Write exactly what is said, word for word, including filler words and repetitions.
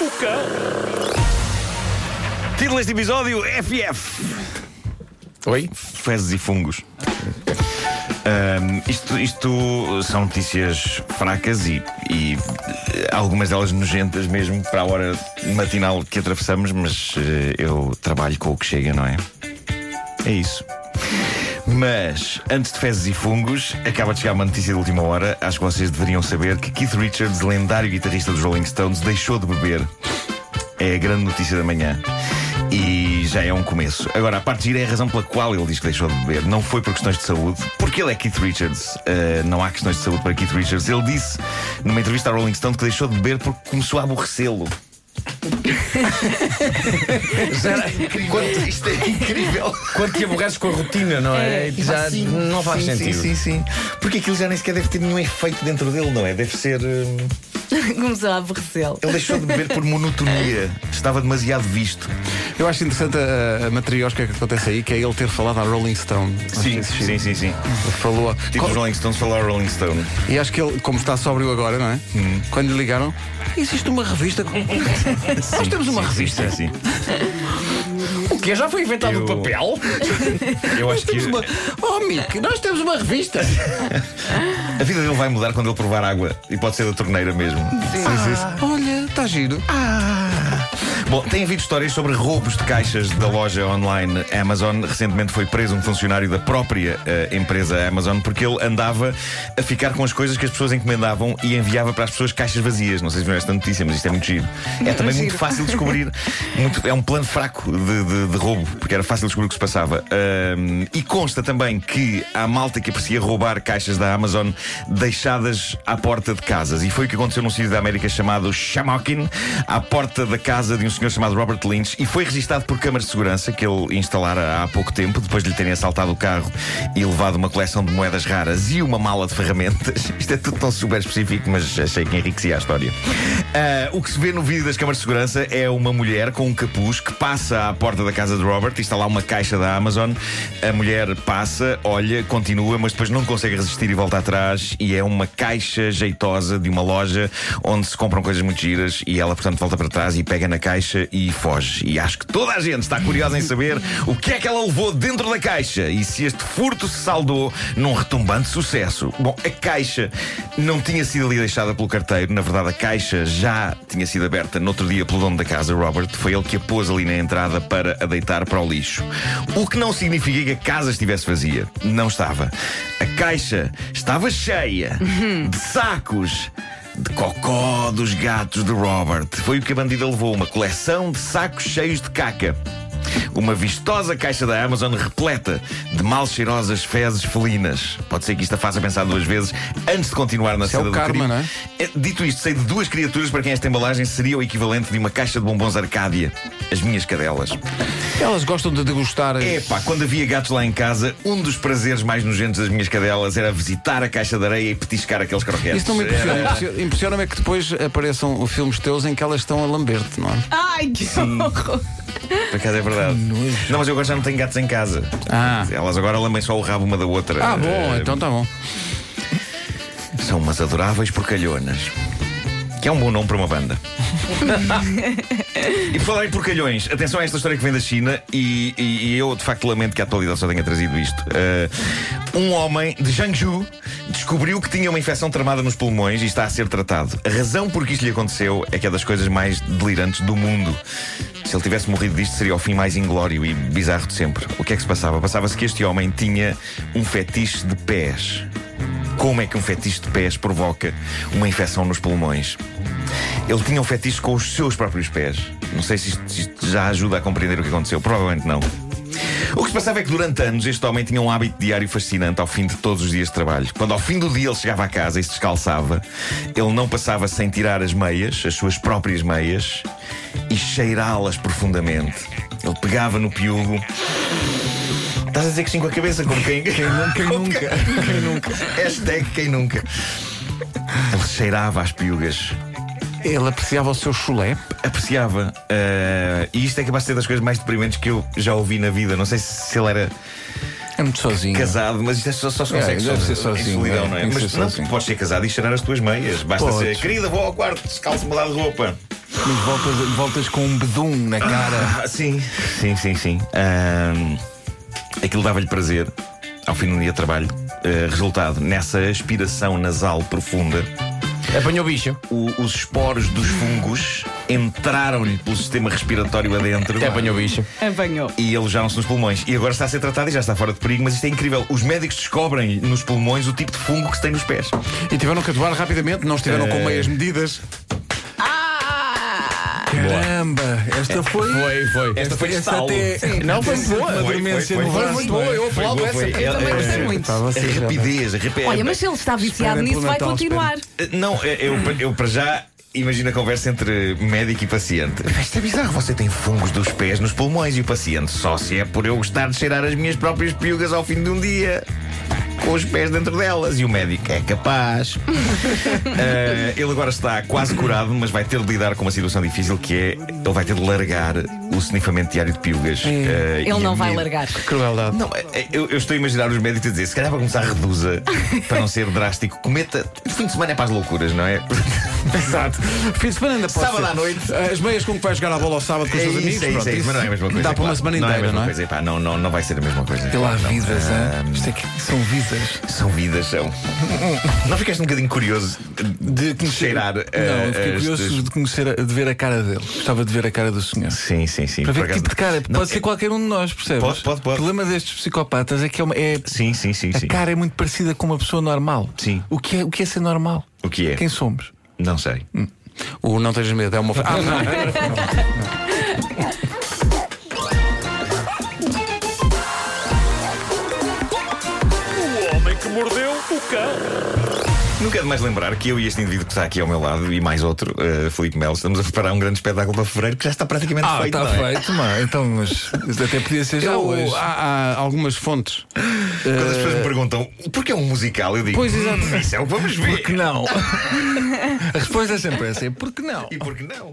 O cão. Título deste episódio: F F. Oi? Fezes e fungos. Um, isto, isto são notícias fracas e, e algumas delas nojentas mesmo para a hora matinal que atravessamos, mas uh, eu trabalho com o que chega, não é? É isso. Mas, antes de fezes e fungos, acaba de chegar uma notícia de última hora. Acho que vocês deveriam saber que Keith Richards, lendário guitarrista dos Rolling Stones, deixou de beber. É a grande notícia da manhã. E já é um começo. Agora, a parte gira é a razão pela qual ele diz que deixou de beber. Não foi por questões de saúde, porque ele é Keith Richards. Uh, não há questões de saúde para Keith Richards. Ele disse numa entrevista à Rolling Stone que deixou de beber porque começou a aborrecê-lo. Já, Quanto, isto é incrível. quando te aborreces com a rotina, não é? É, já sim, não faz sim, sentido. Sim, sim, sim. Porque aquilo já nem sequer deve ter nenhum efeito dentro dele, não é? Deve ser. Hum... Começou a aborrecê-lo. Ele deixou de beber por monotonia. Estava demasiado visto. Eu acho interessante a, a matriosca que acontece aí, que é ele ter falado à Rolling Stone. Sim, sim, sim, sim. Falou. Tipo os Rolling Stones falar Rolling Stone. E acho que ele, como está sóbrio agora, não é? Hum. Quando lhe ligaram, existe uma revista. Com... Nós temos uma sim, revista. Sim, sim. O quê? Já foi inventado Eu- o papel? Eu Nós acho que temos uma... Oh, Mick, nós temos uma revista. a vida dele vai mudar quando ele provar água. E pode ser da torneira mesmo. Ah, olha, está giro. Bom, tem havido histórias sobre roubos de caixas da loja online Amazon. Recentemente foi preso um funcionário da própria eh, empresa Amazon porque ele andava a ficar com as coisas que as pessoas encomendavam e enviava para as pessoas caixas vazias. Não sei se viram esta notícia, mas isto é muito giro. É também muito fácil de descobrir. Muito- é um plano fraco de, de- de roubo, porque era fácil descobrir o que se passava. Ahm, e consta também que há malta que aprecia roubar caixas da Amazon deixadas à porta de casas. E foi o que aconteceu num sítio da América chamado Shamokin, à porta da casa de um senhor chamado Robert Lynch, e foi registado por câmaras de segurança que ele instalara há pouco tempo, depois de lhe terem assaltado o carro e levado uma coleção de moedas raras e uma mala de ferramentas. Isto é tudo tão super específico, mas achei que enriquecia a história. Ah, o que se vê no vídeo das câmaras de segurança é uma mulher com um capuz que passa à porta da casa de Robert e está lá uma caixa da Amazon. A mulher passa, olha, continua, mas depois não consegue resistir e volta atrás, e é uma caixa jeitosa de uma loja onde se compram coisas muito giras, e ela, portanto, volta para trás e pega na caixa e foge. E acho que toda a gente está curiosa em saber o que é que ela levou dentro da caixa e se este furto se saldou num retumbante sucesso. Bom, a caixa não tinha sido ali deixada pelo carteiro. Na verdade, a caixa já tinha sido aberta no outro dia pelo dono da casa, Robert. Foi ele que a pôs ali na entrada para a deitar para o lixo. O que não significa que a casa estivesse vazia. Não estava. A caixa estava cheia de sacos de cocó dos gatos de Robert. Foi o que a bandida levou, uma coleção de sacos cheios de caca. Uma vistosa caixa da Amazon repleta de mal cheirosas fezes felinas. Pode ser que isto a faça pensar duas vezes antes de continuar na Isso é cena o do karma, crime. não é? É, Dito isto, sei de duas criaturas para quem esta embalagem seria o equivalente de uma caixa de bombons Arcádia. As minhas cadelas. Elas gostam de degustar. as- Epá, quando havia gatos lá em casa, um dos prazeres mais nojentos das minhas cadelas era visitar a caixa de areia e petiscar aqueles croquetes. Isso não me impressiona. Era- Impressiona- Impressiona-me é que depois apareçam filmes teus em que elas estão a lamber-te, não é? Ai, que horror! Por acaso é verdade. Não, mas eu agora já não tenho gatos em casa. Ah. Elas agora lambem só o rabo uma da outra. Ah, bom, Eh, então tá bom. São umas adoráveis porcalhonas. Que é um bom nome para uma banda. E por falar em porcalhões, atenção a esta história que vem da China. E, e- e eu de facto lamento que a atualidade só tenha trazido isto. Eh, um homem de Jiangsu descobriu que tinha uma infecção tramada nos pulmões e está a ser tratado. A razão por que isto lhe aconteceu é que é das coisas mais delirantes do mundo. Se ele tivesse morrido disto, seria o fim mais inglório e bizarro de sempre. O que é que se passava? Passava-se que este homem tinha um fetiche de pés. Como é que um fetiche de pés provoca uma infecção nos pulmões? Ele tinha um fetiche com os seus próprios pés. Não sei se isto, se isto já ajuda a compreender o que aconteceu. Provavelmente não. O que se passava é que durante anos este homem tinha um hábito diário fascinante ao fim de todos os dias de trabalho. Quando ao fim do dia ele chegava a casa e se descalçava, ele não passava sem tirar as meias, as suas próprias meias, e cheirá-las profundamente. Ele pegava no piugo. Estás a dizer que sim com a cabeça, como quem, quem nunca, quem nunca, quem nunca. Hashtag quem nunca. Ele cheirava as piugas. Ele apreciava o seu chulé. Apreciava. Uh, e isto é capaz de ser das coisas mais deprimentes que eu já ouvi na vida. Não sei se ele era É muito sozinho. casado, mas isto é só, só se É, consegue deve só, ser em sozinho, solidão, é, não é? tem que Mas ser não, sozinho. tu podes ser casado e cheirar as tuas meias. Basta Podes. ser, querida, vou ao quarto, descalço, mudar de roupa. Mas voltas, voltas com um bedum na cara. Ah, sim, sim, sim, sim. Ahm, aquilo dava-lhe prazer ao fim de um dia de trabalho. Uh, resultado, nessa aspiração nasal profunda, Apanhou bicho. o- os esporos dos fungos entraram-lhe pelo sistema respiratório adentro. Até apanhou bicho. Apanhou. E alojaram-se nos pulmões. E agora está a ser tratado e já está fora de perigo, mas isto é incrível. Os médicos descobrem nos pulmões o tipo de fungo que se tem nos pés. E tiveram que atuar rapidamente, não estiveram com Eh. meias medidas. Caramba, esta foi. Foi, foi. Esta foi de esta estalo. até- Não, foi boa. Uma Foi, dormência foi, no foi, braço, muito não é? boa, eu Foi aplaudo boa, essa. foi. Eu também É, gostei é, muito. Estava A assim, já. rapidez, a rapidez. Olha, mas se ele está viciado Espera nisso, pelo vai Natal, continuar. Não, eu, eu para já imagino a conversa entre médico e paciente. Isto é bizarro, você tem fungos dos pés nos pulmões e o paciente só se é por eu gostar de cheirar as minhas próprias piugas ao fim de um dia. Com os pés dentro delas. E o médico é capaz. Eh, ele agora está quase curado, mas vai ter de lidar com uma situação difícil que é ele vai ter de largar o snifamento diário de piugas. Eh, Ele e não a vai minha- largar. Crueldade. Não, é- eu, eu estou a imaginar os médicos a dizer: se calhar para começar, reduza, para não ser drástico. Cometa. O fim de semana é para as loucuras, não é? Exato. Fim de semana ainda pode Sábado ser. à noite. As meias com que vai jogar a bola ao sábado com os É seus isso, amigos. é isso, pronto, é isso, mas não é a mesma coisa. Dá para uma claro. semana Não é a inteira, mesma não é? coisa. Epá, não, não, não vai ser a mesma coisa. Pela Não, vidas, ah, hein? Isto é que são vidas. São vidas, são. Não ficaste um bocadinho curioso de, conhecer- cheirar? Não, eh, eu fiquei as- curioso de conhecer, a- de ver a cara dele. Gostava de ver a cara do senhor. Sim, sim, sim. Para ver por que acaso- tipo de cara. Não, Pode ser é- qualquer um de nós, percebes? Pode, pode, pode. O problema destes psicopatas é que é, uma, é Sim, sim, sim, a sim. cara é muito parecida com uma pessoa normal. Sim. O que é, o que é ser normal? O que é? Quem somos? Não sei. O não tens medo, é uma. Ah, O homem que mordeu o cão. Nunca é demais lembrar que eu e este indivíduo que está aqui ao meu lado e mais outro, uh, Filipe Melo, estamos a preparar um grande espetáculo para fevereiro que já está praticamente Ah, feito. está não é? feito, mas então, mas até podia ser já Eu- hoje. Há, há algumas fontes. Quando as pessoas me perguntam porquê é um musical, eu digo: Pois, exato. "Hum, isso é o que vamos ver. Porque não? A resposta é sempre essa: é porque não? E por que não?